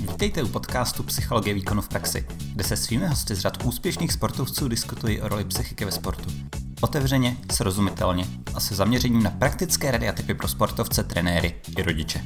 Vítejte u podcastu Psychologie výkonu v praxi, kde se svými hosty z řad úspěšných sportovců diskutují o roli psychiky ve sportu. Otevřeně, srozumitelně a se zaměřením na praktické rady a tipy pro sportovce, trenéry i rodiče.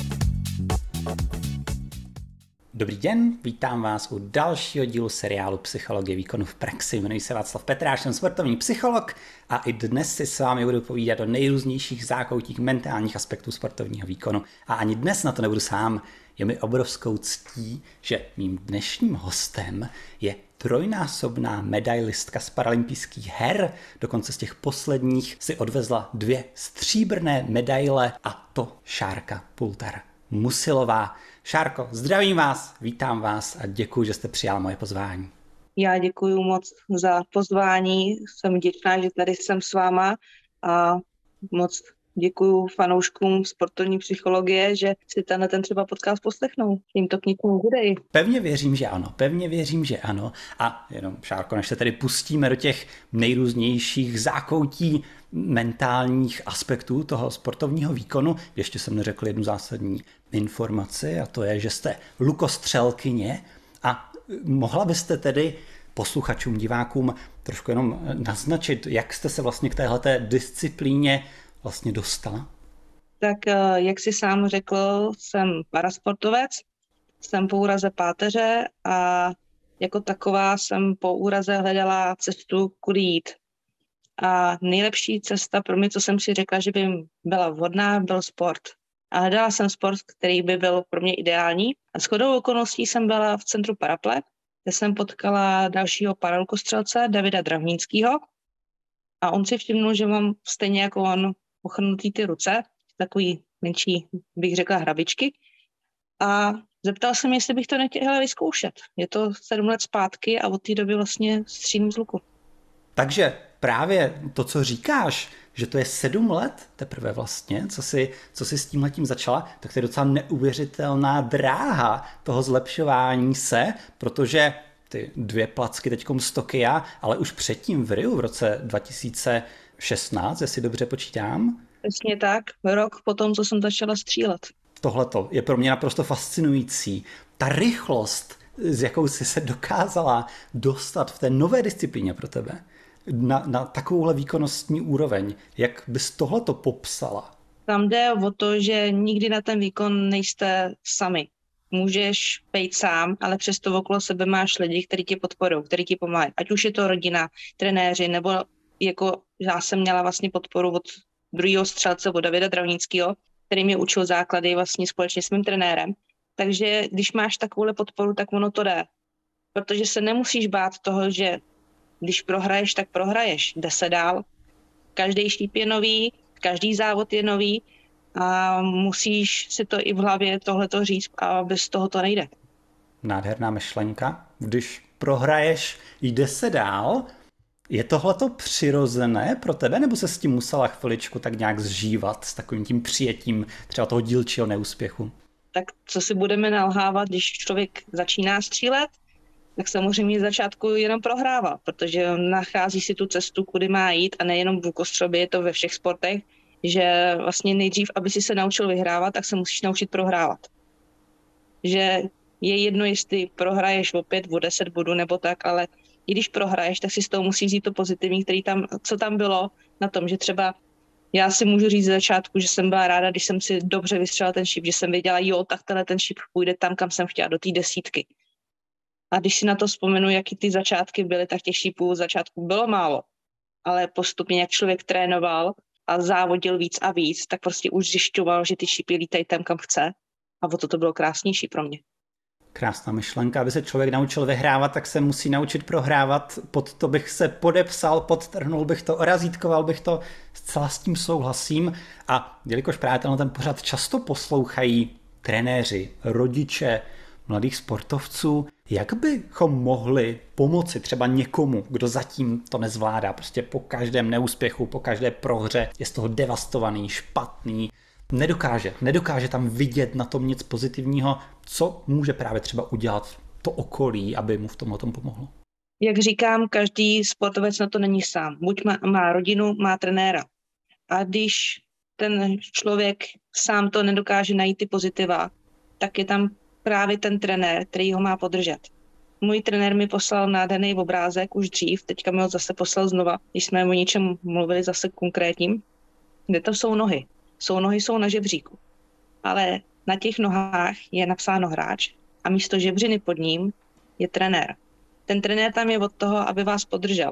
Dobrý den, vítám vás u dalšího dílu seriálu Psychologie výkonu v praxi. Jmenuji se Václav Petráš, jsem sportovní psycholog a i dnes si s vámi budu povídat o nejrůznějších zákoutích mentálních aspektů sportovního výkonu. A ani dnes na to nebudu sám. Je mi obrovskou ctí, že mým dnešním hostem je trojnásobná medailistka z paralympijských her. Dokonce z těch posledních si odvezla 2 stříbrné medaile, a to Šárka Pultar-Musilová. Šárko, zdravím vás, vítám vás a děkuji, že jste přijala moje pozvání. Já děkuji moc za pozvání, jsem vděčná, že tady jsem s váma a moc děkuji fanouškům sportovní psychologie, že si ten třeba podcast poslechnou. Jim to k někomu bude. Pevně věřím, že ano. A jenom, Šárko, než se tedy pustíme do těch nejrůznějších zákoutí mentálních aspektů toho sportovního výkonu, ještě jsem neřekl jednu zásadní informaci, a to je, že jste lukostřelkyně a mohla byste tedy posluchačům, divákům trošku jenom naznačit, jak jste se vlastně k téhleté disciplíně vlastně dostala? Tak jak jsi sám řekl, jsem parasportovec, jsem po úraze páteře a jako taková jsem po úraze hledala cestu, kudy jít. A nejlepší cesta pro mě, co jsem si řekla, že by byla vhodná, byl sport. A hledala jsem sport, který by byl pro mě ideální. A shodou okolností jsem byla v centru Paraple, kde jsem potkala dalšího paralukostřelce, Davida Dravnickýho. A on si všimnul, že mám stejně jako on ochrnutý ty ruce, takový menší, bych řekla, hrabičky. A zeptal jsem, jestli bych to nechtěla vyzkoušet. Je to 7 let zpátky a od té doby vlastně střílím z luku. Takže právě to, co říkáš, že to je 7 let teprve vlastně, co jsi s tímhletím začala, tak to je docela neuvěřitelná dráha toho zlepšování se, protože ty 2 placky teďkom z Tokia, ale už předtím v Riu v roce 2016, jestli dobře počítám. Přesně tak, rok potom, co jsem začala střílet. Tohleto je pro mě naprosto fascinující. Ta rychlost, s jakou jsi se dokázala dostat v té nové disciplíně pro tebe, na takovouhle výkonnostní úroveň, jak bys tohleto popsala? Tam jde o to, že nikdy na ten výkon nejste sami. Můžeš být sám, ale přesto okolo sebe máš lidi, kteří tě podporují, kteří ti pomáhají. Ať už je to rodina, trenéři, nebo jako já jsem měla vlastně podporu od druhého střelce, od Davida Dravnického, který mě učil základy vlastně společně s mým trenérem. Takže když máš takovouhle podporu, tak ono to jde. Protože se nemusíš bát toho, že když prohraješ, tak prohraješ. Jde se dál. Každý šíp je nový, každý závod je nový a musíš si to i v hlavě tohleto říct a bez toho to nejde. Nádherná myšlenka. Když prohraješ, jde se dál. Je tohleto přirozené pro tebe, nebo se s tím musela chviličku tak nějak zžívat s takovým tím přijetím třeba toho dílčího neúspěchu? Tak co si budeme nalhávat, když člověk začíná střílet, tak samozřejmě z začátku jenom prohrává, protože nachází si tu cestu, kudy má jít a nejenom v lukostřelbě, je to ve všech sportech, že vlastně nejdřív, aby si se naučil vyhrávat, tak se musíš naučit prohrávat. Že je jedno, jestli prohraješ o 5, o 10 bodů nebo tak, ale i když prohraješ, tak si z toho musíš vzít to pozitivní, co tam bylo na tom, že třeba já si můžu říct z začátku, že jsem byla ráda, když jsem si dobře vystřelila ten šíp, že jsem věděla, jo, tak ten šíp půjde tam, kam jsem chtěla, do té 10. A když si na to vzpomenu, jaký ty začátky byly, tak těch šípů z začátku bylo málo. Ale postupně, jak člověk trénoval a závodil víc a víc, tak prostě už zjišťoval, že ty šípy lítají tam, kam chce. A o to bylo krásnější pro mě. Krásná myšlenka. Aby se člověk naučil vyhrávat, tak se musí naučit prohrávat. Pod to bych se podepsal, podtrhnul bych to, razítkoval bych to. Zcela s tím souhlasím. A jelikož právě ten pořad často poslouchají trenéři, rodiče, mladých sportovců, jak bychom mohli pomoci třeba někomu, kdo zatím to nezvládá, prostě po každém neúspěchu, po každé prohře je z toho devastovaný, špatný, nedokáže tam vidět na tom nic pozitivního, co může právě třeba udělat to okolí, aby mu v tomhle tom pomohlo? Jak říkám, každý sportovec na to není sám. Buď má rodinu, má trenéra. A když ten člověk sám to nedokáže najít ty pozitiva, tak je tam právě ten trenér, který ho má podržet. Můj trenér mi poslal nádherný obrázek už dřív, teďka mi ho zase poslal znova, když jsme o něčem mluvili zase konkrétním, kde to jsou nohy. Nohy jsou na žebříku, ale na těch nohách je napsáno hráč a místo žebřiny pod ním je trenér. Ten trenér tam je od toho, aby vás podržel.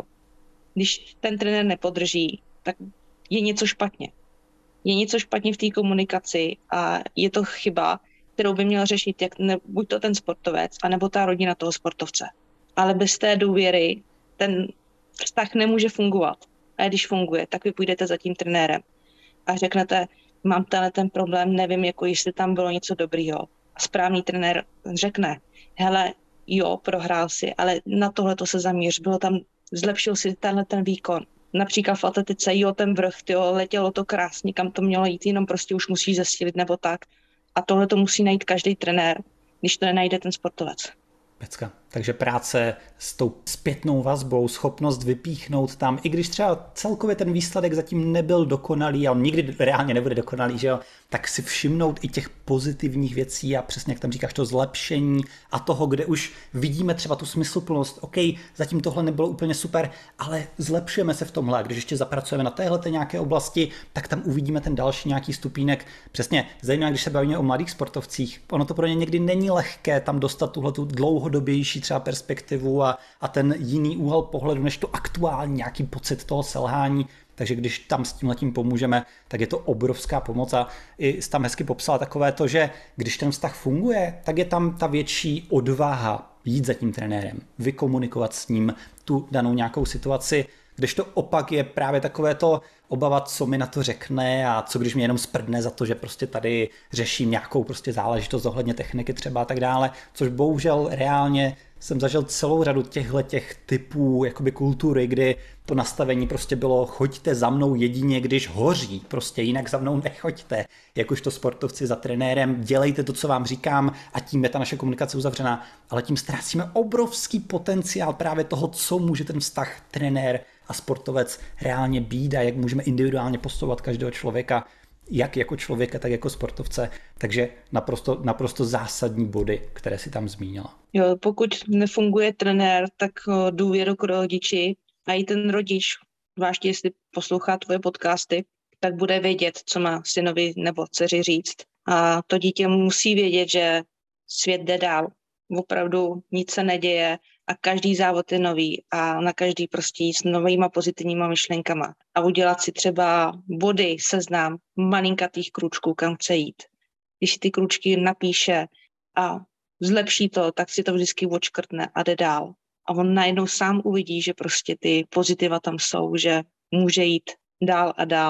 Když ten trenér nepodrží, tak je něco špatně. Je něco špatně v té komunikaci a je to chyba, kterou by měl řešit buď to ten sportovec, anebo ta rodina toho sportovce. Ale bez té důvěry ten vztah nemůže fungovat. A když funguje, tak vy půjdete za tím trenérem a řeknete, mám ten problém, nevím, jako jestli tam bylo něco dobrýho. A správný trenér řekne, hele, jo, prohrál si, ale na tohle to se zaměř, zlepšil si ten výkon. Například v atletice, jo, ten vrch, letělo to krásně, kam to mělo jít, jenom prostě už musí zesílit nebo tak. A tohle to musí najít každý trenér, když to nenajde ten sportovec. Pecka. Takže práce s tou zpětnou vazbou, schopnost vypíchnout tam, i když třeba celkově ten výsledek zatím nebyl dokonalý a on nikdy reálně nebude dokonalý, že jo, tak si všimnout i těch pozitivních věcí a přesně jak tam říkáš, to zlepšení a toho, kde už vidíme třeba tu smysluplnost, OK, zatím tohle nebylo úplně super, ale zlepšujeme se v tomhle, když ještě zapracujeme na téhleté nějaké oblasti, tak tam uvidíme ten další nějaký stupínek. Přesně, zajímavé, když se bavíme o mladých sportovcích, ono to pro ně někdy není lehké tam dostat tuhletu dlouhodobější třeba perspektivu a ten jiný úhel pohledu, než to aktuální nějaký pocit toho selhání. Takže když tam s tímhletím pomůžeme, tak je to obrovská pomoc a i jsi tam hezky popsala takové to, že když ten vztah funguje, tak je tam ta větší odvaha jít za tím trenérem, vykomunikovat s ním tu danou nějakou situaci, když to opak je právě takové to obava, co mi na to řekne a co když mě jenom sprdne za to, že prostě tady řeším nějakou prostě záležitost ohledně techniky třeba a tak dále, což bohužel reálně jsem zažil celou řadu těch typů jakoby kultury, kdy to nastavení prostě bylo choďte za mnou jedině, když hoří, prostě jinak za mnou nechoďte, jakožto sportovci za trenérem, dělejte to, co vám říkám a tím je ta naše komunikace uzavřená, ale tím ztrácíme obrovský potenciál právě toho, co může ten vztah trenér a sportovec reálně být a jak můžeme individuálně postupovat každého člověka, jak jako člověka, tak jako sportovce. Takže naprosto zásadní body, které si tam zmínila. Jo, pokud nefunguje trenér, tak důvěru k rodiči a i ten rodič, zvláště jestli poslouchá tvoje podcasty, tak bude vědět, co má synovi nebo dceři říct. A to dítě musí vědět, že svět jde dál. Opravdu nic se neděje a každý závod je nový a na každý prostě jít s novýma pozitivníma myšlenkama a udělat si třeba body, seznam malinkatých kručků, kam chce jít. Když si ty kručky napíše a zlepší to, tak si to vždycky odškrtne a jde dál. A on najednou sám uvidí, že prostě ty pozitiva tam jsou, že může jít dál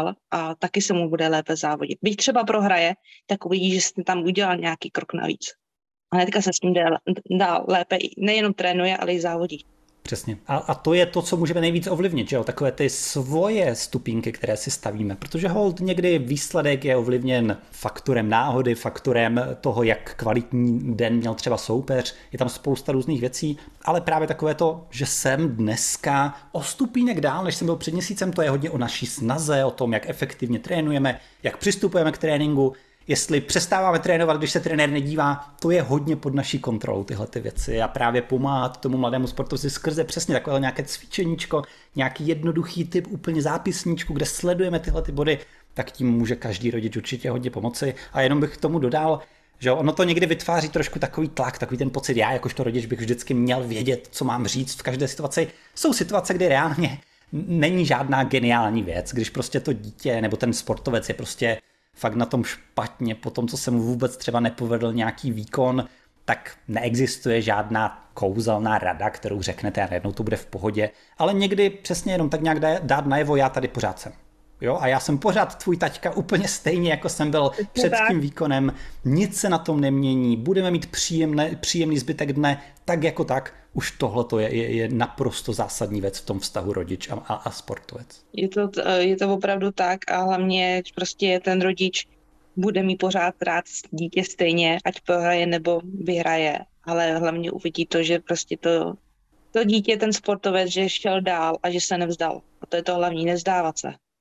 a taky se mu bude lépe závodit. Byť třeba prohraje, tak uvidí, že jsi tam udělal nějaký krok navíc. A hnedka se s tím dál lépe nejenom trénuje, ale i závodí. Přesně. A to je to, co můžeme nejvíc ovlivnit, že jo? Takové ty svoje stupínky, které si stavíme, protože hold někdy výsledek je ovlivněn faktorem náhody, faktorem toho, jak kvalitní den měl třeba soupeř, je tam spousta různých věcí, ale právě takové to, že jsem dneska o stupínek dál, než jsem byl před měsícem, to je hodně o naší snaze, o tom, jak efektivně trénujeme, jak přistupujeme k tréninku. Jestli přestáváme trénovat, když se trenér nedívá, to je hodně pod naší kontrolou tyhle ty věci a právě pomáhat tomu mladému sportovci skrze přesně takové nějaké cvičeníčko, nějaký jednoduchý typ úplně zápisníčku, kde sledujeme tyhle ty body, tak tím může každý rodič určitě hodně pomoci. A jenom bych k tomu dodal, že ono to někdy vytváří trošku takový tlak, takový ten pocit, já jakožto rodič bych vždycky měl vědět, co mám říct v každé situaci. Jsou situace, kdy reálně není žádná geniální věc, když prostě to dítě nebo ten sportovec je prostě fakt na tom špatně, po tom, co se mu vůbec třeba nepovedl nějaký výkon, tak neexistuje žádná kouzelná rada, kterou řeknete a najednou to bude v pohodě, ale někdy přesně jenom tak nějak dát najevo, já tady pořád jsem. Jo, a já jsem pořád tvůj taťka úplně stejně, jako jsem byl před tím výkonem, nic se na tom nemění, budeme mít příjemný zbytek dne, tak jako tak, už tohleto je naprosto zásadní věc v tom vztahu rodič a sportovec. Je to opravdu tak a hlavně prostě ten rodič bude mít pořád rád dítě stejně, ať prohraje nebo vyhraje, ale hlavně uvidí to, že prostě to dítě, ten sportovec, že šel dál a že se nevzdal. A to je to hlavní, nevzdávat se.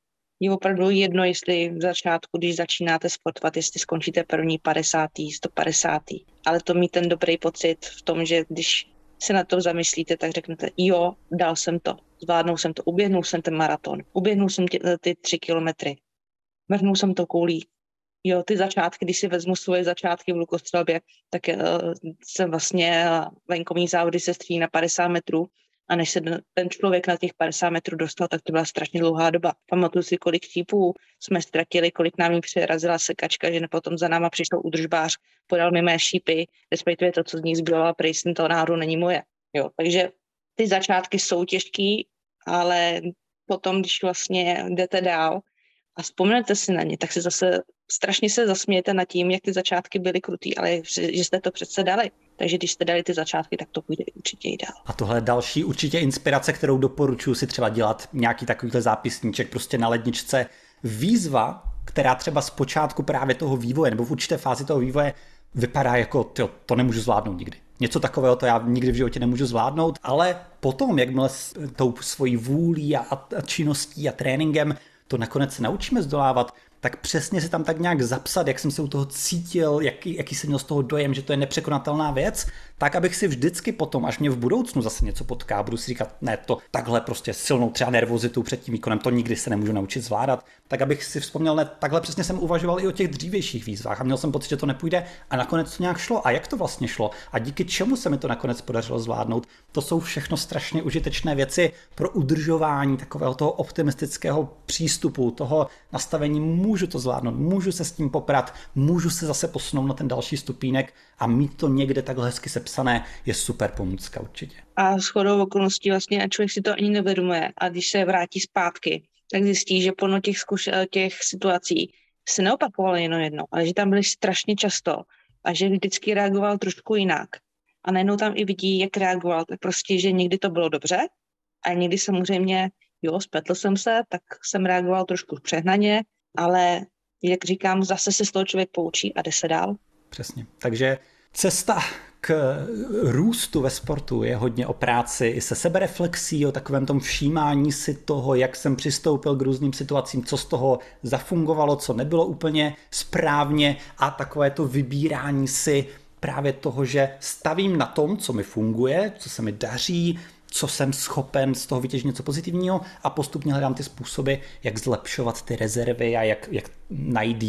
Je opravdu jedno, jestli v začátku, když začínáte sportovat, jestli skončíte první 50., 150. Ale to mít ten dobrý pocit v tom, že když se na to zamyslíte, tak řeknete, jo, dal jsem to, zvládnul jsem to, uběhnul jsem ten maraton, uběhnul jsem ty 3 kilometry, vrhnul jsem to koulí. Jo, ty začátky, když si vezmu svoje začátky v lukostřelbě, tak jsem vlastně venkovní závody se střílí na 50 metrů a než se ten člověk na těch 50 metrů dostal, tak to byla strašně dlouhá doba. Pamatuju si, kolik štípů jsme ztratili, kolik nám jí přerazila sekačka, že potom za náma přišel údržbář, podal mi mé šípy, respektive to, co z nich zbylo, a prý to náhodou není moje. Jo, takže ty začátky jsou těžký, ale potom, když vlastně jdete dál a vzpomenete si na ně, tak si zase strašně se zasmějete nad tím, jak ty začátky byly krutý, ale že jste to přece dali. Takže když jste dali ty začátky, tak to půjde určitě i dál. A tohle je další určitě inspirace, kterou doporučuji si třeba dělat nějaký takovýhle zápisníček prostě na ledničce. Výzva, která třeba z počátku právě toho vývoje nebo v určité fázi toho vývoje vypadá jako to nemůžu zvládnout nikdy. Něco takového to já nikdy v životě nemůžu zvládnout, ale potom, jakmile s tou svojí vůlí a činností a tréninkem to nakonec se naučíme zdolávat, tak přesně si tam tak nějak zapsat, jak jsem se u toho cítil, jaký jsem měl z toho dojem, že to je nepřekonatelná věc, tak abych si vždycky potom, až mě v budoucnu zase něco potká, budu si říkat, ne, to takhle prostě silnou třeba nervozitu před tím výkonem, to nikdy se nemůžu naučit zvládat, tak abych si vzpomněl, ne, takhle přesně jsem uvažoval i o těch dřívějších výzvách a měl jsem pocit, že to nepůjde a nakonec to nějak šlo. A jak to vlastně šlo? A díky čemu se mi to nakonec podařilo zvládnout? To jsou všechno strašně užitečné věci pro udržování takového toho optimistického přístupu, toho nastavení, můžu to zvládnout, můžu se s tím poprat, můžu se zase posunout na ten další stupínek a mít to někde takhle hezky sepsané je super pomůcka určitě. A shodou okolností vlastně a člověk si to ani nevědomuje a když se vrátí zpátky, tak zjistí, že plno těch situací se neopakovalo jenom jedno, ale že tam byly strašně často a že vždycky reagoval trošku jinak. A najednou tam i vidí, jak reagoval, tak prostě, že někdy to bylo dobře a někdy samozřejmě, jo, spletl jsem se, tak jsem reagoval trošku přehnaně, ale jak říkám, zase se z toho člověk poučí a jde se dál. Přesně. Takže cesta k růstu ve sportu je hodně o práci i se sebereflexí, o takovém tom všímání si toho, jak jsem přistoupil k různým situacím, co z toho zafungovalo, co nebylo úplně správně a takové to vybírání si právě toho, že stavím na tom, co mi funguje, co se mi daří, co jsem schopen z toho vytěžit něco pozitivního a postupně hledám ty způsoby, jak zlepšovat ty rezervy a jak najít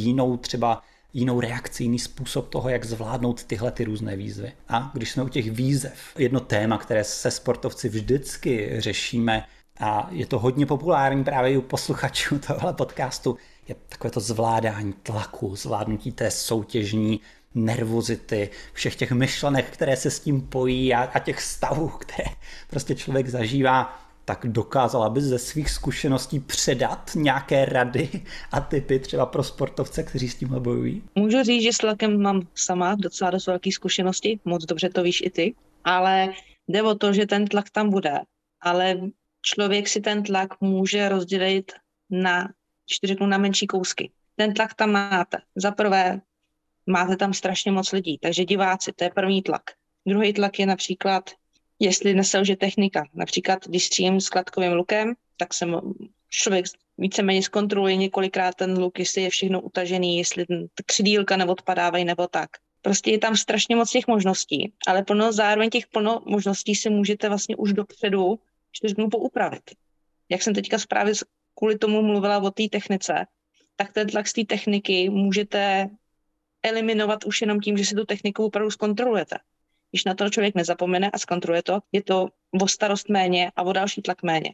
jinou reakci, jiný způsob toho, jak zvládnout tyhle ty různé výzvy. A když jsme u těch výzev, jedno téma, které se sportovci vždycky řešíme a je to hodně populární právě i u posluchačů tohle podcastu, je takové to zvládání tlaku, zvládnutí té soutěžní nervozity, všech těch myšlenek, které se s tím pojí a těch stavů, které prostě člověk zažívá, tak dokázala by ze svých zkušeností předat nějaké rady a tipy třeba pro sportovce, kteří s tímhle bojují? Můžu říct, že s tlakem mám sama docela dost velké zkušenosti, moc dobře to víš i ty, ale jde o to, že ten tlak tam bude, ale člověk si ten tlak může rozdělit na menší kousky. Ten tlak tam máte. Za prvé, máte tam strašně moc lidí, takže diváci, to je první tlak. Druhý tlak je například, jestli neselže technika. Například, když střílím s kladkovým lukem, tak se člověk víceméně zkontroluje několikrát ten luk, jestli je všechno utažený, jestli křidílka neodpadávají nebo tak. Prostě je tam strašně moc těch možností, ale zároveň těch plno možností si můžete vlastně už dopředu poupravit. Jak jsem teďka právě kvůli tomu mluvila o té technice, tak ten tlak z té techniky můžete eliminovat už jenom tím, že si tu techniku opravdu zkontrolujete. Když na to člověk nezapomene a zkontroluje to, je to o starost méně a o další tlak méně.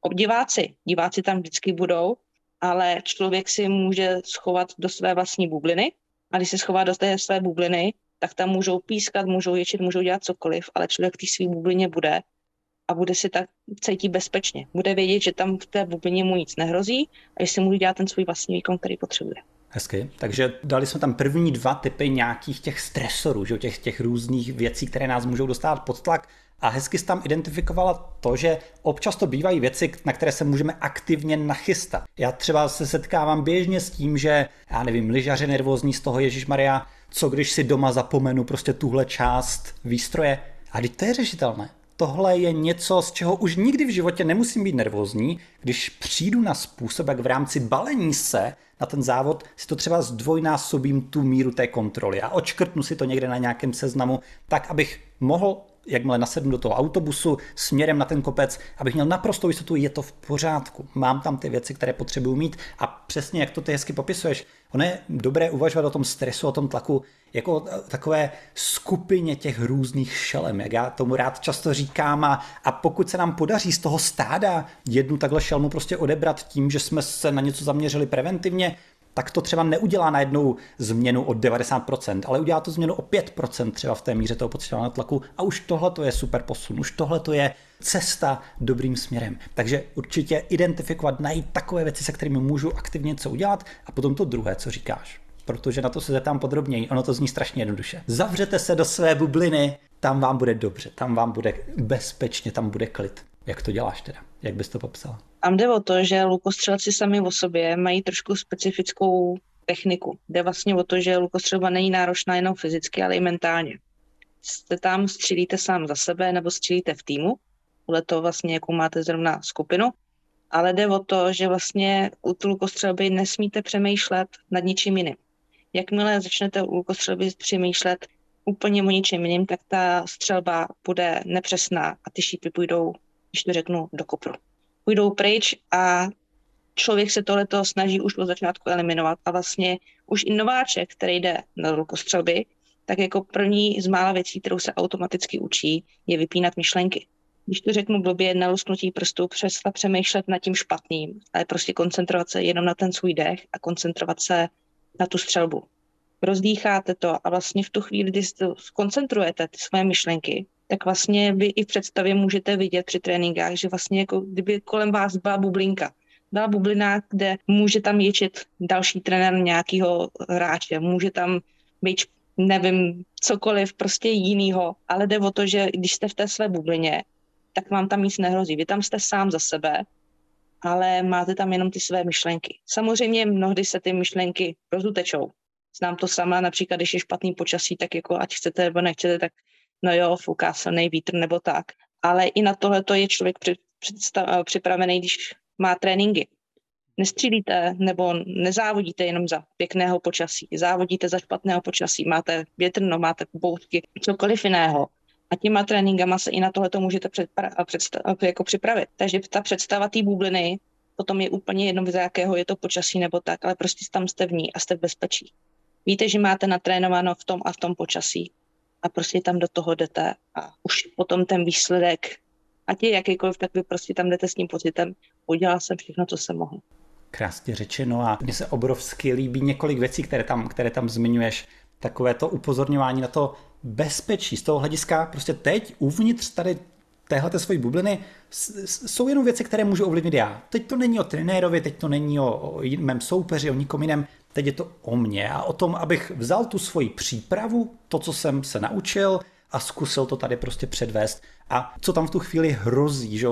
Diváci tam vždycky budou, ale člověk si může schovat do své vlastní bubliny a když se schová do té své bubliny, tak tam můžou pískat, můžou ječit, můžou dělat cokoliv, ale člověk v té své bublině bude a bude si tak cítit bezpečně. Bude vědět, že tam v té bublině mu nic nehrozí a že si může dělat ten svůj vlastní výkon, který potřebuje. Hezky. Takže dali jsme tam první 2 typy nějakých těch stresorů, že? Těch různých věcí, které nás můžou dostat pod tlak. A hezky jsi tam identifikovala to, že občas to bývají věci, na které se můžeme aktivně nachystat. Já třeba se setkávám běžně s tím, že, já nevím, lyžaři nervózní z toho, ježišmarja, co když si doma zapomenu prostě tuhle část výstroje. A teď to je řešitelné. tohle je něco, z čeho už nikdy v životě nemusím být nervózní, když přijdu na způsob, jak v rámci balení se na ten závod si to třeba zdvojnásobím tu míru té kontroly a odškrtnu si to někde na nějakém seznamu, tak abych mohl, jakmile nasednu do toho autobusu směrem na ten kopec, abych měl naprostou jistotu, je to v pořádku. Mám tam ty věci, které potřebuju mít a přesně jak to ty hezky popisuješ. Ono je dobré uvažovat o tom stresu, o tom tlaku, jako takové skupině těch různých šelem, jak já tomu rád často říkám a pokud se nám podaří z toho stáda jednu takhle šelmu prostě odebrat tím, že jsme se na něco zaměřili preventivně, tak to třeba neudělá najednou změnu o 90%, ale udělá to změnu o 5% třeba v té míře toho pocitového tlaku a už tohle to je super posun, už tohle to je cesta dobrým směrem. Takže určitě identifikovat, najít takové věci, se kterými můžu aktivně něco udělat a potom to druhé, co říkáš. Protože na to se zeptám podrobněji, ono to zní strašně jednoduše. Zavřete se do své bubliny, tam vám bude dobře, tam vám bude bezpečně, tam bude klid. Jak to děláš teda? Jak bys to popsala? Tam jde o to, že lukostřelci sami o sobě mají trošku specifickou techniku. Jde vlastně o to, že lukostřelba není náročná jenom fyzicky, ale i mentálně. Jste tam, střílíte sám za sebe nebo střílíte v týmu, podle toho vlastně, jakou máte zrovna skupinu, ale jde o to, že vlastně u lukostřelby nesmíte přemýšlet nad ničím jiným. Jakmile začnete u lukostřelby přemýšlet úplně o ničem jiným, tak ta střelba bude nepřesná a ty šípy půjdou, když to řeknu, do kopru. Půjdou pryč a člověk se tohleto snaží už od začátku eliminovat a vlastně už i nováček, který jde na lukostřelby, tak jako první z mála věcí, kterou se automaticky učí, je vypínat myšlenky. Když to řeknu blbě, na lusknutí prstů přestat přemýšlet nad tím špatným, ale prostě koncentrovat se jenom na ten svůj dech a koncentrovat se na tu střelbu. Rozdýcháte to a vlastně v tu chvíli, kdy koncentrujete ty své myšlenky, tak vlastně vy i v představě můžete vidět při tréninkách, že vlastně jako kdyby kolem vás byla bublinka. Byla bublina, kde může tam ječet další trenér nějakého hráče, může tam být, nevím, cokoliv, prostě jinýho, ale jde o to, že když jste v té své bublině, tak vám tam nic nehrozí. Vy tam jste sám za sebe, ale máte tam jenom ty své myšlenky. Samozřejmě mnohdy se ty myšlenky rozutečou. Znám to sama, například když je špatný počasí, tak jako ať chcete nebo nechcete, tak no jo, fouká silný vítr nebo tak. Ale i na tohleto je člověk připravený, když má tréninky. Nestřílíte nebo nezávodíte jenom za pěkného počasí, závodíte za špatného počasí, máte větrno, máte bouřky, cokoliv jiného. A těma tréninkama se i na tohleto můžete jako připravit. Takže ta představa té bubliny potom je úplně jedno, za jakého je to počasí nebo tak, ale prostě tam jste v ní a jste v bezpečí. Víte, že máte natrénováno v tom a v tom počasí a prostě tam do toho jdete a už potom ten výsledek, ať je jakýkoliv, tak vy prostě tam jdete s tím pocitem, udělal jsem všechno, co jsem mohl. Krásně řečeno a mně se obrovsky líbí několik věcí, které tam zmiňuješ. Takové to upozorňování na to bezpečí. Z toho hlediska prostě teď uvnitř tady téhleté svojí bubliny jsou jenom věci, které můžu ovlivnit já. Teď to není o trenérovi, teď to není o mém soupeři, o nikom jiném. Teď je to o mně a o tom, abych vzal tu svoji přípravu, to, co jsem se naučil a zkusil to tady prostě předvést. A co tam v tu chvíli hrozí, že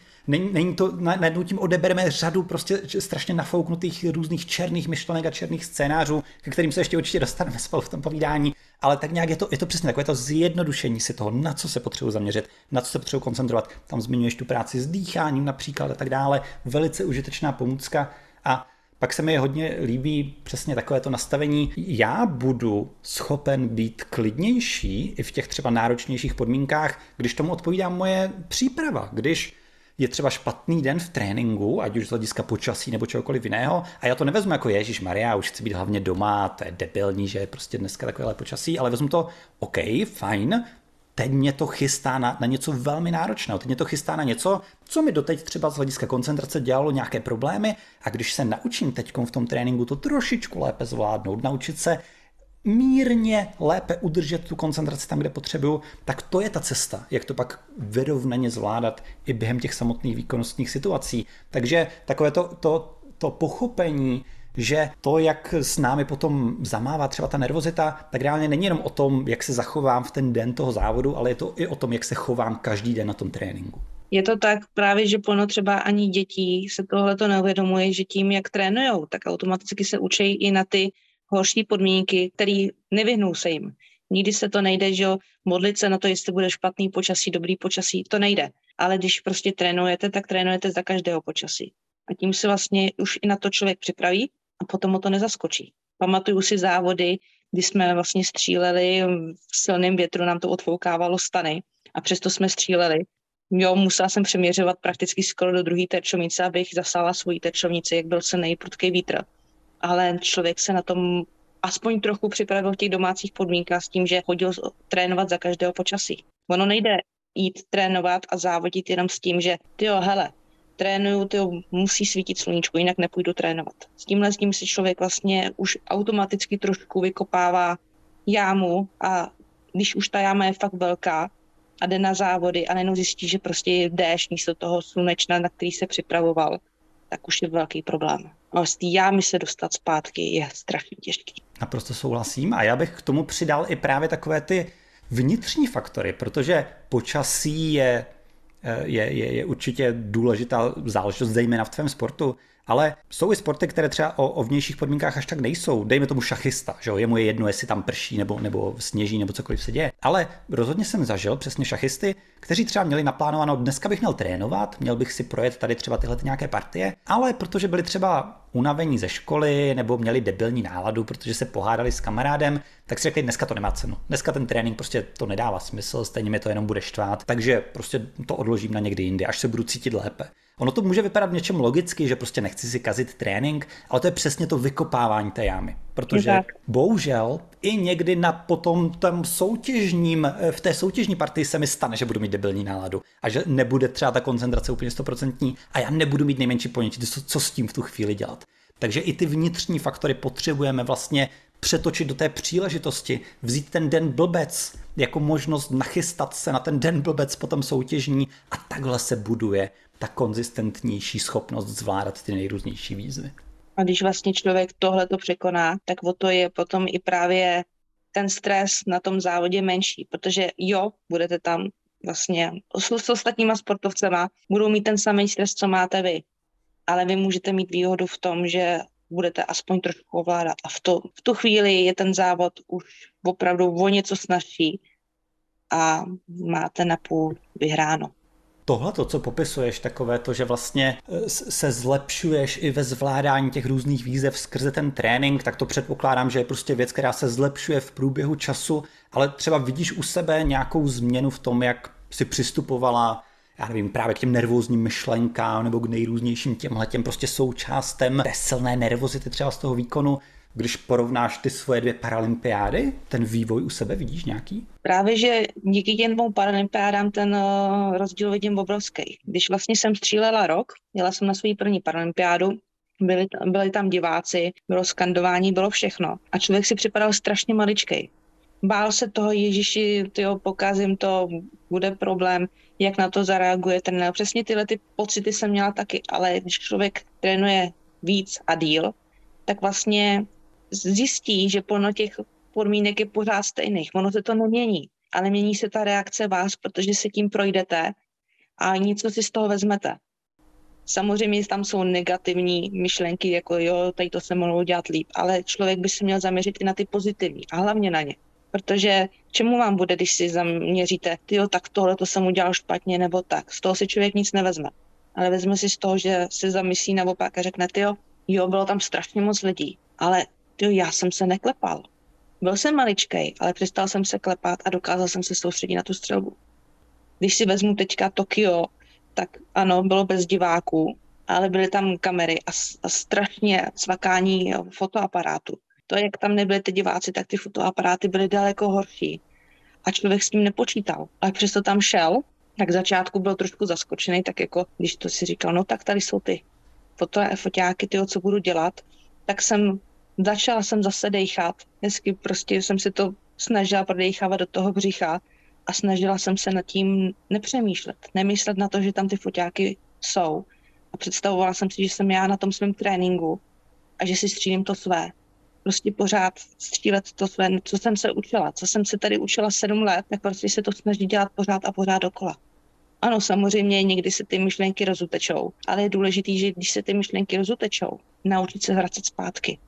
není to, najednou tím odebereme řadu prostě strašně nafouknutých různých černých myšlenek a černých scénářů, ke kterým se ještě určitě dostaneme spolu v tom povídání, ale tak nějak je to přesně takové to zjednodušení si toho, na co se potřebuji zaměřit, na co se potřebuji koncentrovat. Tam zmiňuješ tu práci s dýcháním například a tak dále, velice užitečná pomůcka a pak se mi hodně líbí přesně takové to nastavení. Já budu schopen být klidnější i v těch třeba náročnějších podmínkách, když tomu odpovídá moje příprava, když je třeba špatný den v tréninku, ať už z hlediska počasí nebo čehokoliv jiného, a já to nevezmu jako Ježišmarja, už chci být hlavně doma, to je debilní, že je prostě dneska takovéhle počasí, ale vezmu to, OK, fajn, teď mě to chystá na něco velmi náročného, teď mě to chystá na něco, co mi doteď třeba z hlediska koncentrace dělalo nějaké problémy a když se naučím teď v tom tréninku to trošičku lépe zvládnout, naučit se mírně lépe udržet tu koncentraci tam, kde potřebuju, tak to je ta cesta, jak to pak vyrovnaně zvládat i během těch samotných výkonnostních situací. Takže takové to pochopení, že to, jak s námi potom zamává třeba ta nervozita, tak reálně není jenom o tom, jak se zachovám v ten den toho závodu, ale je to i o tom, jak se chovám každý den na tom tréninku. Je to tak právě, že plno třeba ani dětí se tohleto neuvědomuje, že tím, jak trénujou, tak automaticky se učí i na ty horší podmínky, které nevyhnou se jim. Nikdy se to nejde, že jo, modlit se na to, jestli bude špatný počasí, dobrý počasí, to nejde. Ale když prostě trénujete, tak trénujete za každého počasí. A tím se vlastně už i na to člověk připraví a potom ho to nezaskočí. Pamatuju si závody, kdy jsme vlastně stříleli, v silném větru nám to odfoukávalo stany a přesto jsme stříleli. Jo, musela jsem přeměřovat prakticky skoro do druhé terčovnice, abych zasála svoji terčovnici, jak byl silný prudký vítr. Ale člověk se na tom aspoň trochu připravil v těch domácích podmínkách s tím, že chodil trénovat za každého počasí. Ono nejde jít trénovat a závodit jenom s tím, že trénuju, musí svítit sluníčko, jinak nepůjdu trénovat. S tím si člověk vlastně už automaticky trošku vykopává jámu a když už ta jáma je fakt velká a jde na závody a najednou zjistí, že prostě je déšť místo toho slunečna, na který se připravoval, tak už je velký problém. Ale z té jámy se dostat zpátky je strašně těžký. Naprosto souhlasím a já bych k tomu přidal i právě takové ty vnitřní faktory, protože počasí je určitě důležitá záležitost, zejména v tvém sportu, ale jsou i sporty, které třeba o vnějších podmínkách až tak nejsou. Dejme tomu šachista, že jo, jemu je jedno, jestli tam prší nebo sněží nebo cokoliv se děje. Ale rozhodně jsem zažil přesně šachisty, kteří třeba měli naplánováno, dneska bych měl trénovat, měl bych si projet tady třeba tyhle nějaké partie, ale protože byli třeba unavení ze školy nebo měli debilní náladu, protože se pohádali s kamarádem, tak si řekli, dneska to nemá cenu. Dneska ten trénink prostě to nedává smysl, stejně mi to jenom bude štvát, takže prostě to odložím na někdy jindy, až se budu cítit lépe. Ono to může vypadat v něčem logicky, že prostě nechci si kazit trénink, ale to je přesně to vykopávání té jámy. Protože bohužel i někdy v té soutěžní partii se mi stane, že budu mít debilní náladu a že nebude třeba ta koncentrace úplně 100% a já nebudu mít nejmenší ponětí, co s tím v tu chvíli dělat. Takže i ty vnitřní faktory potřebujeme vlastně přetočit do té příležitosti, vzít ten den blbec jako možnost nachystat se na ten den blbec potom soutěžní a takhle se buduje ta konzistentnější schopnost zvládat ty nejrůznější výzvy. A když vlastně člověk tohle to překoná, tak o to je potom i právě ten stres na tom závodě menší, protože budete tam vlastně s ostatníma sportovcema, budou mít ten samý stres, co máte vy, ale vy můžete mít výhodu v tom, že budete aspoň trošku ovládat a v tu chvíli je ten závod už opravdu o něco snazší a máte napůl vyhráno. Tohle, co popisuješ, takové to, že vlastně se zlepšuješ i ve zvládání těch různých výzev skrze ten trénink, tak to předpokládám, že je prostě věc, která se zlepšuje v průběhu času, ale třeba vidíš u sebe nějakou změnu v tom, jak si přistupovala, já nevím, právě k těm nervózním myšlenkám nebo k nejrůznějším těmhletěm prostě součástem té silné nervozity třeba z toho výkonu. Když porovnáš ty svoje 2 paralympiády, ten vývoj u sebe vidíš nějaký? Právě, že díky těm 2 paralympiádám ten rozdíl vidím obrovský. Když vlastně jsem střílela rok, jela jsem na svou první paralympiádu, byli tam diváci, bylo skandování, bylo všechno. A člověk si připadal strašně maličkej. Bál se toho, Ježiši, pokazím to, bude problém, jak na to zareaguje trenér. Přesně tyhle ty pocity jsem měla taky, ale když člověk trénuje víc a díl, tak vlastně zjistí, že plno těch podmínek je pořád stejných. Ono se to nemění, ale mění se ta reakce vás, protože se tím projdete a něco si z toho vezmete. Samozřejmě tam jsou negativní myšlenky, jako tady to se mohlo dělat líp, ale člověk by se měl zaměřit i na ty pozitivní a hlavně na ně. Protože čemu vám bude, když si zaměříte, tak tohle to jsem udělal špatně nebo tak. Z toho si člověk nic nevezme. Ale vezme si z toho, že se zamyslí naopak a řekne, bylo tam strašně moc lidí, ale já jsem se neklepal. Byl jsem maličkej, ale přestal jsem se klepat a dokázal jsem se soustředit na tu střelbu. Když si vezmu teďka Tokio, tak ano, bylo bez diváků, ale byly tam kamery a strašně svakání fotoaparátu. To, jak tam nebyly ty diváci, tak ty fotoaparáty byly daleko horší. A člověk s tím nepočítal. Ale přesto tam šel, tak v začátku byl trošku zaskočený, tak jako když to si říkal, tak tady jsou ty foťáky, co budu dělat, tak začala jsem zase dejchat. Hezky prostě jsem si to snažila prodejchávat do toho břicha a snažila jsem se nad tím nepřemýšlet. Nemyslet na to, že tam ty foťáky jsou. A představovala jsem si, že jsem já na tom svém tréninku a že si střílím to své. Prostě pořád střílet to své, co jsem se učila. Co jsem se tady učila 7 let, tak prostě se to snaží dělat pořád a pořád dokola. Ano, samozřejmě někdy se ty myšlenky rozutečou, ale je důležité, že když se ty myšlenky rozutečou, naučit se vracet zpátky.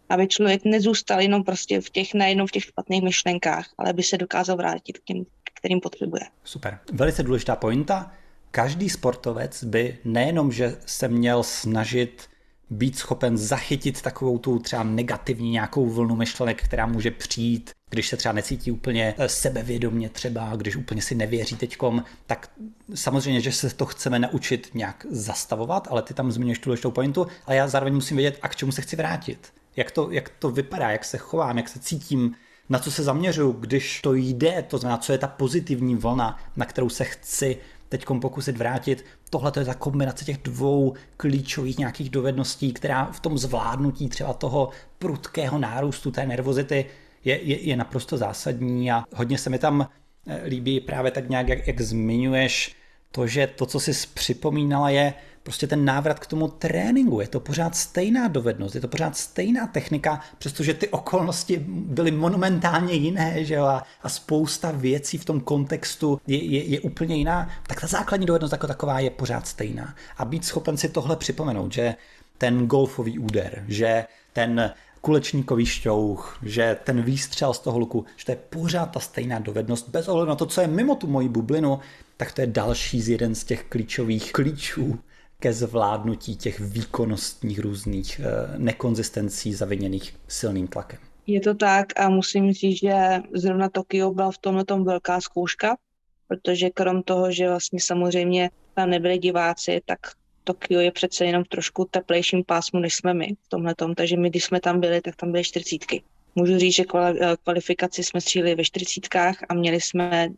aby člověk nezůstal jenom prostě najednou v těch špatných myšlenkách, ale aby se dokázal vrátit k těm, kterým potřebuje. Super. Velice důležitá pointa. Každý sportovec by nejenom, že se měl snažit být schopen zachytit takovou tu třeba negativní nějakou vlnu myšlenek, která může přijít, když se třeba necítí úplně sebevědomě třeba, když úplně si nevěří teďkom, tak samozřejmě, že se to chceme naučit nějak zastavovat, ale ty tam zmiňuješ tu důležitou pointu, ale já zároveň musím vědět, a k čemu se chci vrátit. Jak to vypadá, jak se chovám, jak se cítím, na co se zaměřuju, když to jde, to znamená, co je ta pozitivní vlna, na kterou se chci teďkom pokusit vrátit. Tohle to je ta kombinace těch dvou klíčových nějakých dovedností, která v tom zvládnutí třeba toho prudkého nárůstu té nervozity je naprosto zásadní a hodně se mi tam líbí právě tak nějak, jak zmiňuješ to, že to, co jsi připomínala, je prostě ten návrat k tomu tréninku. Je to pořád stejná dovednost, je to pořád stejná technika, přestože ty okolnosti byly monumentálně jiné, že jo, a spousta věcí v tom kontextu je úplně jiná, tak ta základní dovednost jako taková je pořád stejná. A být schopen si tohle připomenout, že ten golfový úder, že ten kulečníkový šťouch, že ten výstřel z toho luku, že to je pořád ta stejná dovednost, bez ohledu na to, co je mimo tu moji bublinu, tak to je další z jeden z těch klíčových klíčů ke zvládnutí těch výkonnostních různých nekonzistencí zaviněných silným tlakem. Je to tak a musím říct, že zrovna Tokio byla v tomhletom velká zkouška, protože krom toho, že vlastně samozřejmě tam nebyli diváci, tak Tokio je přece jenom v trošku teplejším pásmu, než jsme my v tomhletom, takže my, když jsme tam byli, tak tam byly 40. Můžu říct, že kvalifikaci jsme stříleli ve 40 a měli jsme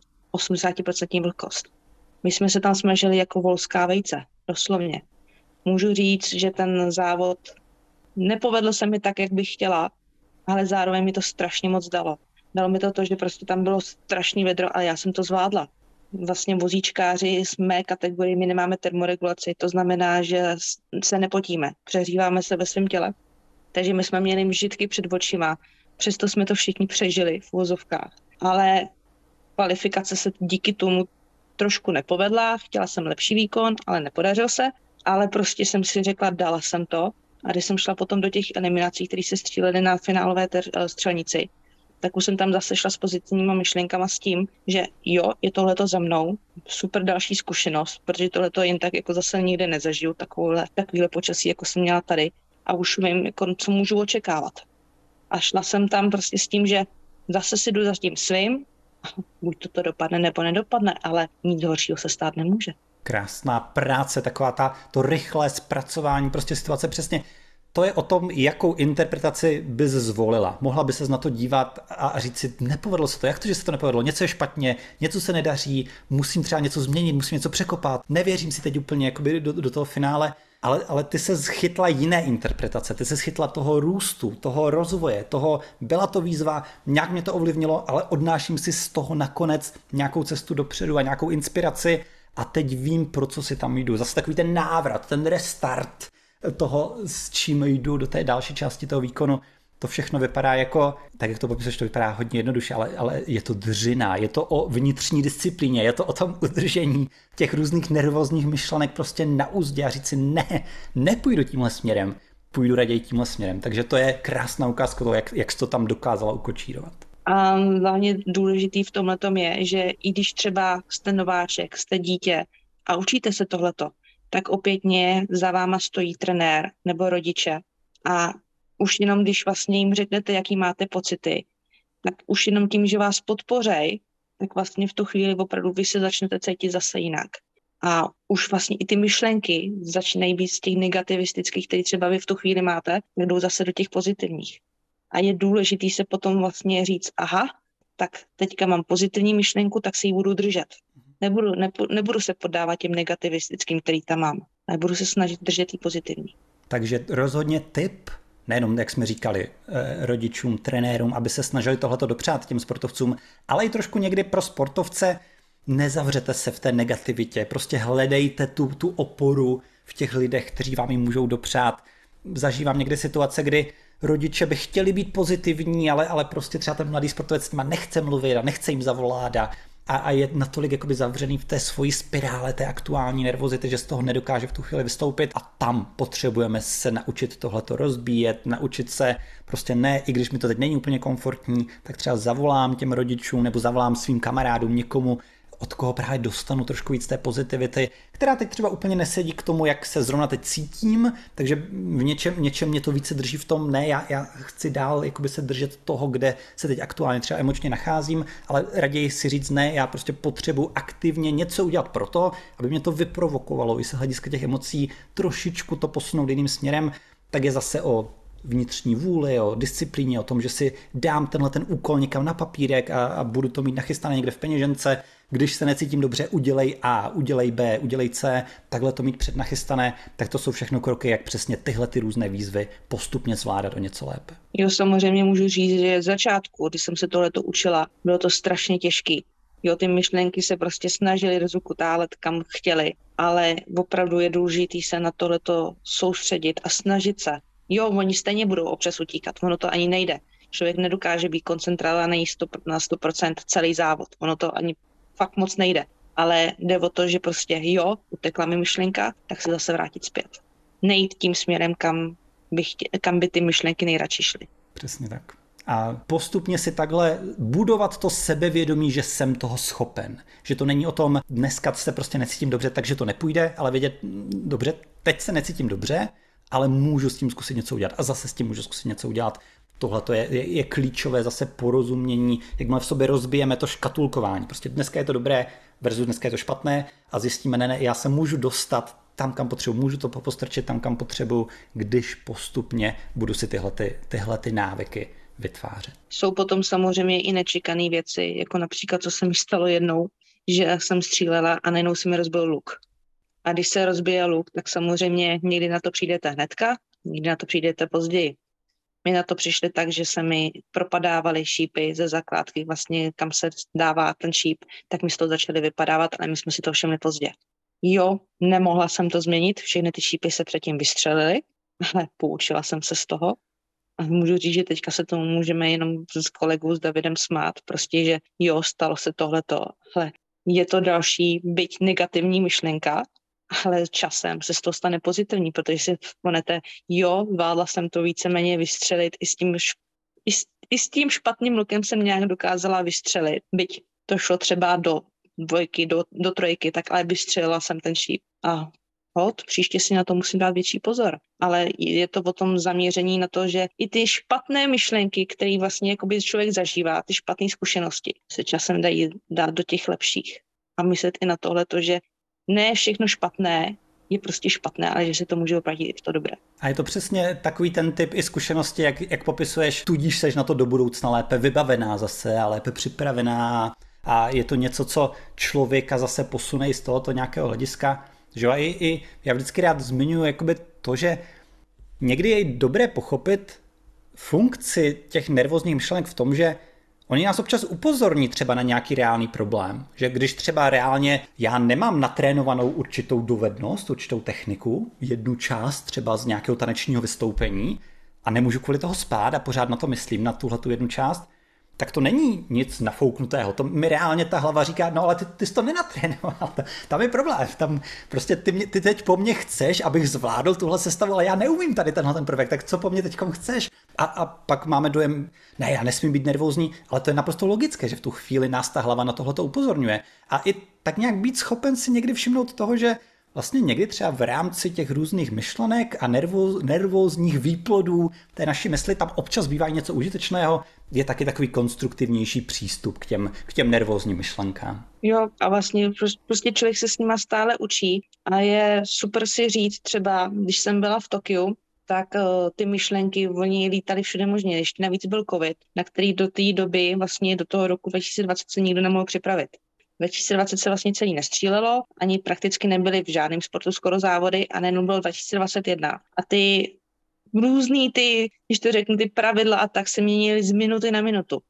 80% vlhkost. My jsme se tam smažili jako volská vejce, doslovně. Můžu říct, že ten závod nepovedl se mi tak, jak bych chtěla, ale zároveň mi to strašně moc dalo. Dalo mi to, že prostě tam bylo strašný vedro, ale já jsem to zvládla. Vlastně vozíčkáři z mé kategorii, my nemáme termoregulaci, to znamená, že se nepotíme, přehříváme se ve svém těle. Takže my jsme měli mžitky před očima, přesto jsme to všichni přežili v vozovkách. Ale kvalifikace se díky tomu trošku nepovedla, chtěla jsem lepší výkon, ale nepodařil se, ale prostě jsem si řekla, dala jsem to. A když jsem šla potom do těch eliminací, které se střílely na finálové střelnici, tak už jsem tam zase šla s pozitivníma myšlenkama s tím, že jo, je tohleto za mnou, super další zkušenost, protože tohleto jen tak jako zase nikde nezažiju, takovýhle počasí, jako jsem měla tady a už vím, jako, co můžu očekávat. A šla jsem tam prostě s tím, že zase si jdu za tím svým, buď to dopadne nebo nedopadne, ale nic horšího se stát nemůže. Krásná práce, taková to rychlé zpracování prostě situace, přesně. To je o tom, jakou interpretaci bys zvolila. Mohla by ses na to dívat a říct si, nepovedlo se to, jak to, že se to nepovedlo, něco je špatně, něco se nedaří, musím třeba něco změnit, musím něco překopat, nevěřím si teď úplně jakoby do toho finále, ale ty se chytla jiné interpretace, ty se chytla toho růstu, toho rozvoje, byla to výzva, nějak mě to ovlivnilo, ale odnáším si z toho nakonec nějakou cestu dopředu a nějakou inspiraci a teď vím, pro co si tam jdu. Zase takový ten návrat, ten restart toho, s čím jdu do té další části toho výkonu. To všechno vypadá jako, tak jak to popisuješ, to vypadá hodně jednoduše, ale je to dřina, je to o vnitřní disciplíně, je to o tom udržení těch různých nervózních myšlenek prostě na úzdě a říct si nepůjdu tímhle směrem, půjdu raději tímhle směrem. Takže to je krásná ukázka toho, jak jsi to tam dokázala ukočírovat. A hlavně důležitý v tomhletom je, že i když třeba jste nováček, jste dítě a učíte se tohleto, tak opětně za váma stojí trenér nebo rodiče a už jenom když vlastně jim řeknete, jaký máte pocity, tak už jenom tím, že vás podpořej, tak vlastně v tu chvíli opravdu vy se začnete cítit zase jinak. A už vlastně i ty myšlenky začínají být z těch negativistických, které třeba vy v tu chvíli máte, jdou zase do těch pozitivních. A je důležitý se potom vlastně říct, aha, tak teďka mám pozitivní myšlenku, tak si ji budu držet. Nebudu se poddávat těm negativistickým, který tam mám, ale budu se snažit držet i pozitivní. Takže rozhodně tip, nejenom, jak jsme říkali, rodičům, trenérům, aby se snažili tohleto dopřát těm sportovcům, ale i trošku někdy pro sportovce, nezavřete se v té negativitě, prostě hledejte tu oporu v těch lidech, kteří vám ji můžou dopřát. Zažívám někdy situace, kdy rodiče by chtěli být pozitivní, ale prostě třeba ten mladý sportovec s nima nechce mluvit a nechce jim zavolat a je natolik jakoby zavřený v té svojí spirále té aktuální nervozity, že z toho nedokáže v tu chvíli vystoupit a tam potřebujeme se naučit tohleto rozbíjet, naučit se prostě ne, i když mi to teď není úplně komfortní, tak třeba zavolám těm rodičům nebo zavolám svým kamarádům někomu, od koho právě dostanu trošku víc té pozitivity, která teď třeba úplně nesedí k tomu, jak se zrovna teď cítím, takže v něčem mě to více drží v tom, ne, já chci dál jakoby se držet toho, kde se teď aktuálně třeba emočně nacházím, ale raději si říct ne, já prostě potřebuji aktivně něco udělat pro to, aby mě to vyprovokovalo i z hlediska těch emocí trošičku to posunout jiným směrem, tak je zase o vnitřní vůli, o disciplíně, o tom, že si dám tenhle ten úkol někam na papírek a budu to mít nachystané někde v peněžence. Když se necítím dobře, udělej A, udělej B, udělej C, takhle to mít přednachystané, tak to jsou všechno kroky, jak přesně tyhle ty různé výzvy postupně zvládat o něco lépe. Jo, samozřejmě můžu říct, že z začátku, když jsem se tohleto učila, bylo to strašně těžký. Jo, ty myšlenky se prostě snažily rozkutálet kam chtěli, ale opravdu je důležité se na tohleto soustředit a snažit se. Jo, oni stejně budou občas utíkat, ono to ani nejde. Člověk nedokáže být koncentrovaný na 100% celý závod, ono to ani fakt moc nejde. Ale jde o to, že prostě jo, utekla mi myšlenka, tak se zase vrátit zpět. Nejít tím směrem, kam by ty myšlenky nejradši šly. Přesně tak. A postupně si takhle budovat to sebevědomí, že jsem toho schopen. Že to není o tom, dneska se prostě necítím dobře, takže to nepůjde, ale vědět, dobře, teď se necítím dobře, ale můžu s tím zkusit něco udělat a zase s tím můžu zkusit něco udělat. Tohle je klíčové zase porozumění, jakmile v sobě rozbijeme to škatulkování. Prostě dneska je to dobré versus dneska je to špatné a zjistíme, ne, já se můžu dostat tam, kam potřebuji, můžu to postrčit tam, kam potřebuji, když postupně budu si tyhle návyky vytvářet. Jsou potom samozřejmě i nečekané věci, jako například, co se mi stalo jednou, že jsem střílela a najednou se mi rozbil luk. A když se rozbije luk, tak samozřejmě někdy na to přijdete hnedka, někdy na to přijdete později. My na to přišli tak, že se mi propadávaly šípy ze zakládky, vlastně kam se dává ten šíp, tak mi z toho začaly vypadávat, ale my jsme si to všimli pozdě. Jo, nemohla jsem to změnit, všechny ty šípy se předtím vystřelily, ale poučila jsem se z toho. A můžu říct, že teďka se tomu můžeme jenom s kolegou s Davidem smát, prostě, že jo, stalo se tohleto. Hle, je to další, byť negativní myšlenka, ale časem se z toho stane pozitivní, protože si vzpomenete, jo, zvládla jsem to víceméně vystřelit, i s tím špatným lukem jsem nějak dokázala vystřelit, byť to šlo třeba do dvojky, do trojky, tak ale vystřelila jsem ten šíp. A příště si na to musím dát větší pozor. Ale je to o tom zaměření na to, že i ty špatné myšlenky, které vlastně jakoby člověk zažívá, ty špatné zkušenosti, se časem dají dát do těch lepších. A myslet i na tohleto, že ne všechno špatné je prostě špatné, ale že se to může opravit i to dobré. A je to přesně takový ten typ i zkušenosti, jak popisuješ, tudíž seš na to do budoucna lépe vybavená zase a lépe připravená a je to něco, co člověka zase posune i z tohoto nějakého hlediska. Že jo? I já vždycky rád zmiňuji jakoby to, že někdy je dobré pochopit funkci těch nervózních myšlenek v tom, že oni nás občas upozorní třeba na nějaký reálný problém, že když třeba reálně já nemám natrénovanou určitou dovednost, určitou techniku, jednu část třeba z nějakého tanečního vystoupení a nemůžu kvůli toho spát a pořád na to myslím, na tuhletu jednu část, tak to není nic nafouknutého. To mi reálně ta hlava říká, no ale ty jsi to nenatrénoval, tam je problém. Tam prostě ty teď po mně chceš, abych zvládl tuhle sestavu, ale já neumím tady tenhle ten prvek, tak co po mně teďkom chceš? A pak máme dojem, ne, já nesmím být nervózní, ale to je naprosto logické, že v tu chvíli nás ta hlava na tohleto upozorňuje. A i tak nějak být schopen si někdy všimnout toho, že vlastně někdy třeba v rámci těch různých myšlenek a nervózních výplodů té naší mysli tam občas bývá něco užitečného, je taky takový konstruktivnější přístup k těm nervózním myšlenkám. Jo, a vlastně prostě člověk se s nima stále učí a je super si říct třeba, když jsem byla v Tokiu, tak ty myšlenky, oni lítali všude možně, ještě navíc byl covid, na který do té doby, vlastně do toho roku 2020 se nikdo nemohl připravit. 2020 se vlastně celý nestřílelo, ani prakticky nebyly v žádném sportu skoro závody a nejenom bylo 2021. A ty různý když to řeknu, ty pravidla a tak se měnily z minuty na minutu.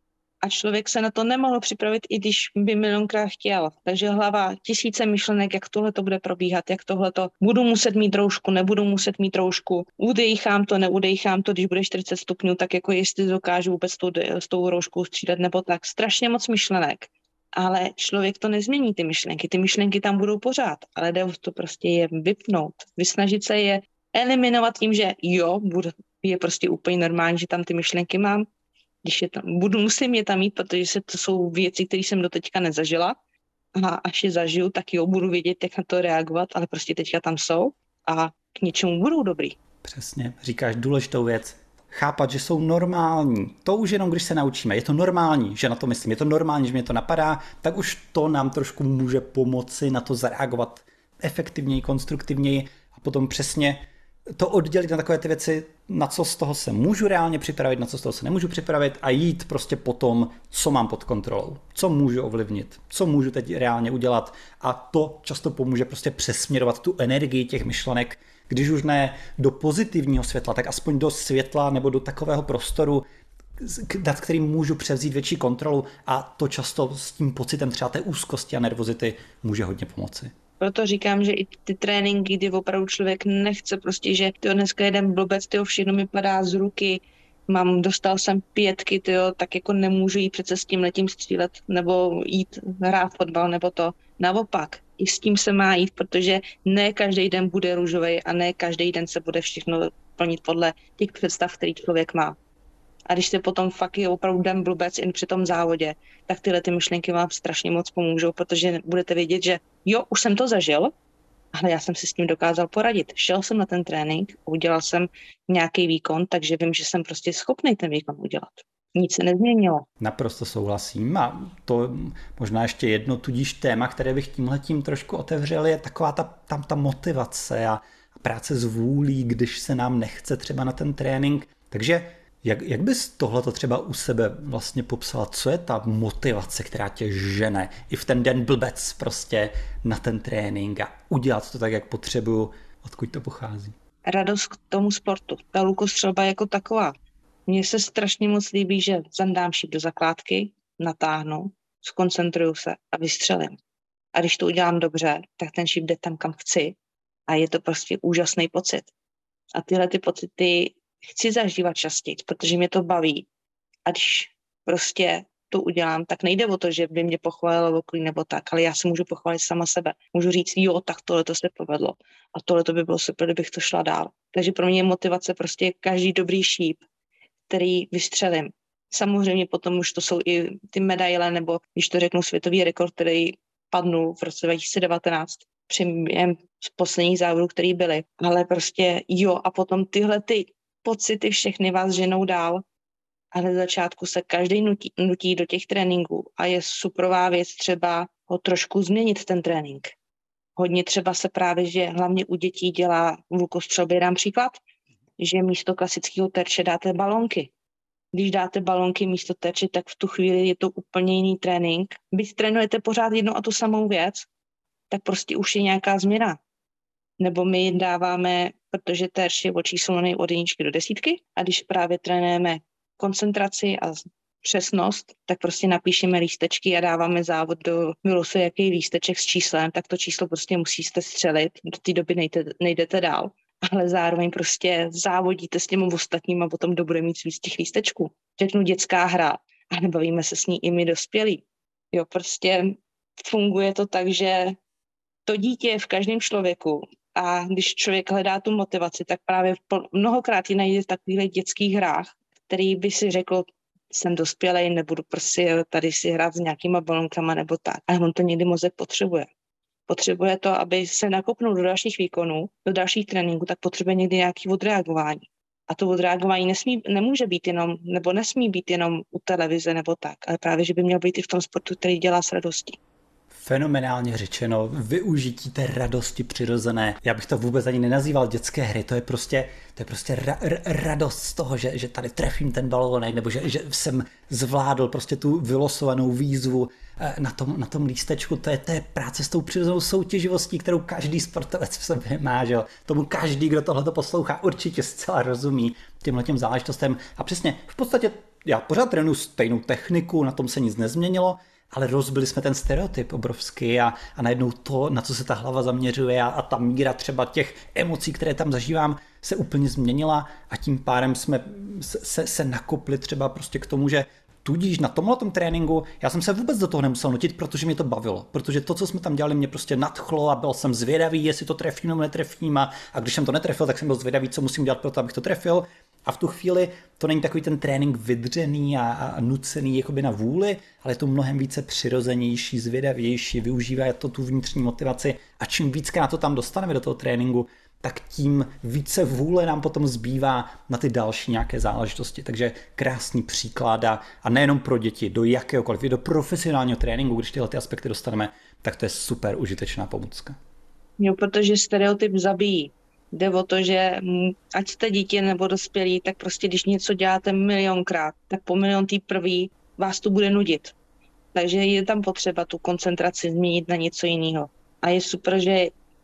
A člověk se na to nemohl připravit, i když by milionkrát chtěl. Takže hlava, tisíce myšlenek, jak tohle to bude probíhat, jak tohle to budu muset mít roušku, nebudu muset mít roušku, udejchám to, neudejchám to, když bude 40 stupňů, tak jako jestli dokážu vůbec s tou rouškou střílet nebo tak. Strašně moc myšlenek. Ale člověk to nezmění, ty myšlenky tam budou pořád, ale jde to prostě je vypnout, vysnažit se je eliminovat tím, že jo, je prostě úplně normální, že tam ty myšlenky mám, když je tam, musím je tam mít, protože to jsou věci, které jsem doteďka nezažila a až je zažiju, tak jo, budu vědět, jak na to reagovat, ale prostě teďka tam jsou a k něčemu budou dobrý. Přesně, říkáš důležitou věc. Chápat, že jsou normální. To už jenom, když se naučíme. Je to normální, že na to myslím. Je to normální, že mě to napadá, tak už to nám trošku může pomoci na to zareagovat efektivněji, konstruktivněji a potom přesně to oddělit na takové ty věci, na co z toho se můžu reálně připravit, na co z toho se nemůžu připravit a jít prostě po tom, co mám pod kontrolou, co můžu ovlivnit, co můžu teď reálně udělat a to často pomůže prostě přesměrovat tu energii těch myšlenek, když už ne do pozitivního světla, tak aspoň do světla nebo do takového prostoru, nad kterým můžu převzít větší kontrolu a to často s tím pocitem třeba té úzkosti a nervozity může hodně pomoci. Proto říkám, že i ty tréninky, kdy opravdu člověk nechce prostě, že dneska jeden blbec, všechno mi padá z ruky, dostal jsem 5, tak jako nemůžu jít přece s tím letím střílet nebo jít hrát fotbal nebo to. Naopak, i s tím se má jít, protože ne každý den bude růžový a ne každý den se bude všechno plnit podle těch představ, který člověk má. A když se potom fakt je opravdu den blbec jen při tom závodě, tak tyhle ty myšlenky vám strašně moc pomůžou, protože budete vědět, že jo, už jsem to zažil, ale já jsem si s tím dokázal poradit. Šel jsem na ten trénink, udělal jsem nějaký výkon, takže vím, že jsem prostě schopný ten výkon udělat. Nic se nezměnilo. Naprosto souhlasím a to možná ještě jedno tudíž téma, které bych tímhletím trošku otevřel, je taková ta motivace a práce s vůlí, když se nám nechce třeba na ten trénink. Takže jak bys tohleto třeba u sebe vlastně popsala? Co je ta motivace, která tě žene i v ten den blbec prostě na ten trénink a udělat to tak, jak potřebuju? Odkud to pochází? Radost k tomu sportu. Ta lukostřelba jako taková. Mně se strašně moc líbí, že zandám šíp do zakládky, natáhnu, skoncentruju se a vystřelím. A když to udělám dobře, tak ten šíp jde tam, kam chci a je to prostě úžasný pocit. A tyhle ty pocity chci zažívat častěji, protože mě to baví. A když prostě to udělám, tak nejde o to, že by mě pochválilo okolí nebo tak, ale já si můžu pochválit sama sebe. Můžu říct, jo, tak tohle to se povedlo. A tohle to by bylo super, kdybych to šla dál. Takže pro mě je motivace prostě každý dobrý šíp, který vystřelím. Samozřejmě potom už to jsou i ty medaile, nebo když to řeknu světový rekord, který padnul v roce 2019 při z posledních závodů, který byly. Ale prostě jo, a potom tyhle ty pocity všechny vás ženou dál, ale na začátku se každý nutí do těch tréninků a je superová věc třeba ho trošku změnit ten trénink. Hodně třeba se právě, že hlavně u dětí dělá v lukostřelbě, dám příklad, že místo klasického terče dáte balonky. Když dáte balonky místo terče, tak v tu chvíli je to úplně jiný trénink. Byť trénujete pořád jednu a tu samou věc, tak prostě už je nějaká změna. Nebo my dáváme, protože terč je očíslený od 1 do 10 a když právě trénujeme koncentraci a přesnost, tak prostě napíšeme lístečky a dáváme závod do vylosuje jaký lísteček s číslem, tak to číslo prostě musíte střelit, do té doby nejdete dál, ale zároveň prostě závodíte s těmi ostatními a potom kdo bude mít víc těch lístečků. Řeknu dětská hra a nebavíme se s ní i my dospělí. Jo, prostě funguje to tak, že to dítě je v každém člověku a když člověk hledá tu motivaci, tak právě mnohokrát ji najde v takových dětských hrách, který by si řekl, jsem dospělej, nebudu prostě tady si hrát s nějakýma balonkama nebo tak. Ale on to někdy mozek potřebuje. Potřebuje to, aby se nakopnul do dalších výkonů, do dalších tréninků, tak potřebuje někdy nějaký odreagování. A to odreagování nemůže být jenom, nebo nesmí být jenom u televize nebo tak, ale právě, že by měl být i v tom sportu, který dělá s radostí. Fenomenálně řečeno, využití té radosti přirozené. Já bych to vůbec ani nenazýval dětské hry, to je prostě radost z toho, že tady trefím ten balónek, nebo že jsem zvládl prostě tu vylosovanou výzvu na tom lístečku. To je práce s tou přirozenou soutěživostí, kterou každý sportovec v sobě má, že jo. Tomu každý, kdo tohleto poslouchá, určitě zcela rozumí těmhletěm záležitostem. A přesně, v podstatě já pořád trénuji stejnou techniku, na tom se nic nezměnilo, ale rozbili jsme ten stereotyp obrovský a najednou to, na co se ta hlava zaměřuje a ta míra třeba těch emocí, které tam zažívám, se úplně změnila a tím pádem jsme se nakopli třeba prostě k tomu, že Tudíž na tomhletom tréninku já jsem se vůbec do toho nemusel nutit, protože mě to bavilo. Protože to, co jsme tam dělali, mě prostě nadchlo a byl jsem zvědavý, jestli to trefím nebo netrefím. A když jsem to netrefil, tak jsem byl zvědavý, co musím dělat pro to, abych to trefil. A v tu chvíli to není takový ten trénink vydřený a nucený jakoby na vůli, ale je to mnohem více přirozenější, zvědavější, využívá to tu vnitřní motivaci a čím víckrát to tam dostaneme do toho tréninku, tak tím více vůle nám potom zbývá na ty další nějaké záležitosti. Takže krásný příklad a nejenom pro děti, do jakéhokoliv, do profesionálního tréninku, když tyhle ty aspekty dostaneme, tak to je super užitečná pomůcka. Jo, protože stereotyp zabíjí. Jde o to, že ať jste dítě nebo dospělí, tak prostě když něco děláte milionkrát, tak po miliontý prvý vás to bude nudit. Takže je tam potřeba tu koncentraci změnit na něco jiného. A je super, že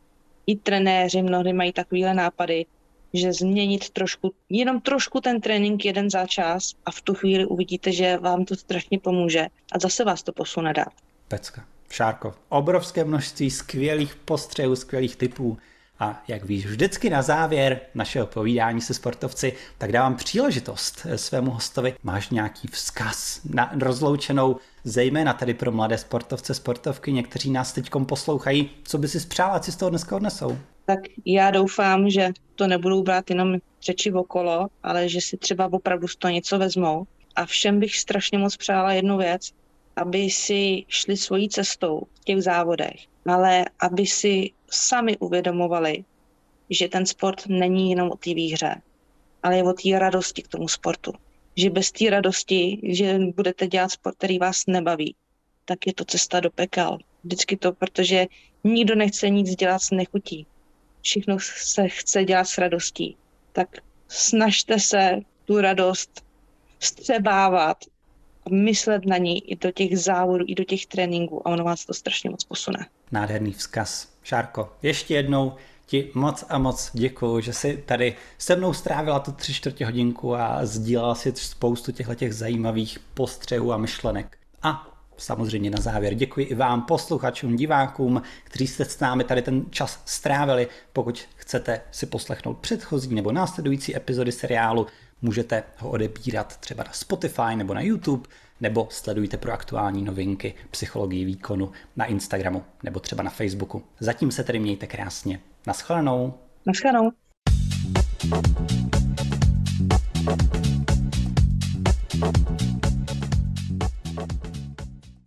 i trenéři mnohdy mají takovýhle nápady, že změnit jenom trošku ten trénink jeden za čas a v tu chvíli uvidíte, že vám to strašně pomůže a zase vás to posune dál. Pecka. Šárko, obrovské množství skvělých postřehů, skvělých tipů. A jak víš, vždycky na závěr našeho povídání se sportovci, tak dávám příležitost svému hostovi. Máš nějaký vzkaz na rozloučenou, zejména tady pro mladé sportovce, sportovky, někteří nás teďkom poslouchají, co by si spřál, ať si z toho dneska odnesou? Tak já doufám, že to nebudou brát jenom řeči okolo, ale že si třeba opravdu z toho něco vezmou. A všem bych strašně moc přála jednu věc, aby si šli svojí cestou v těch závodech, ale aby si sami uvědomovali, že ten sport není jenom o té výhře, ale je o té radosti k tomu sportu. Že bez té radosti, že budete dělat sport, který vás nebaví, tak je to cesta do pekel. Vždycky to, protože nikdo nechce nic dělat s nechutí. Všechno se chce dělat s radostí. Tak snažte se tu radost vstřebávat a myslet na ní i do těch závodů, i do těch tréninků a ono vás to strašně moc posune. Nádherný vzkaz. Šárko, ještě jednou ti moc a moc děkuju, že jsi tady se mnou strávila tu 3/4 hodinku a sdílela si spoustu těchto zajímavých postřehů a myšlenek. A samozřejmě na závěr děkuji i vám, posluchačům, divákům, kteří jste s námi tady ten čas strávili. Pokud chcete si poslechnout předchozí nebo následující epizody seriálu, můžete ho odebírat třeba na Spotify nebo na YouTube, nebo sledujte pro aktuální novinky psychologii výkonu na Instagramu nebo třeba na Facebooku. Zatím se tedy mějte krásně. Naschledanou. Naschledanou.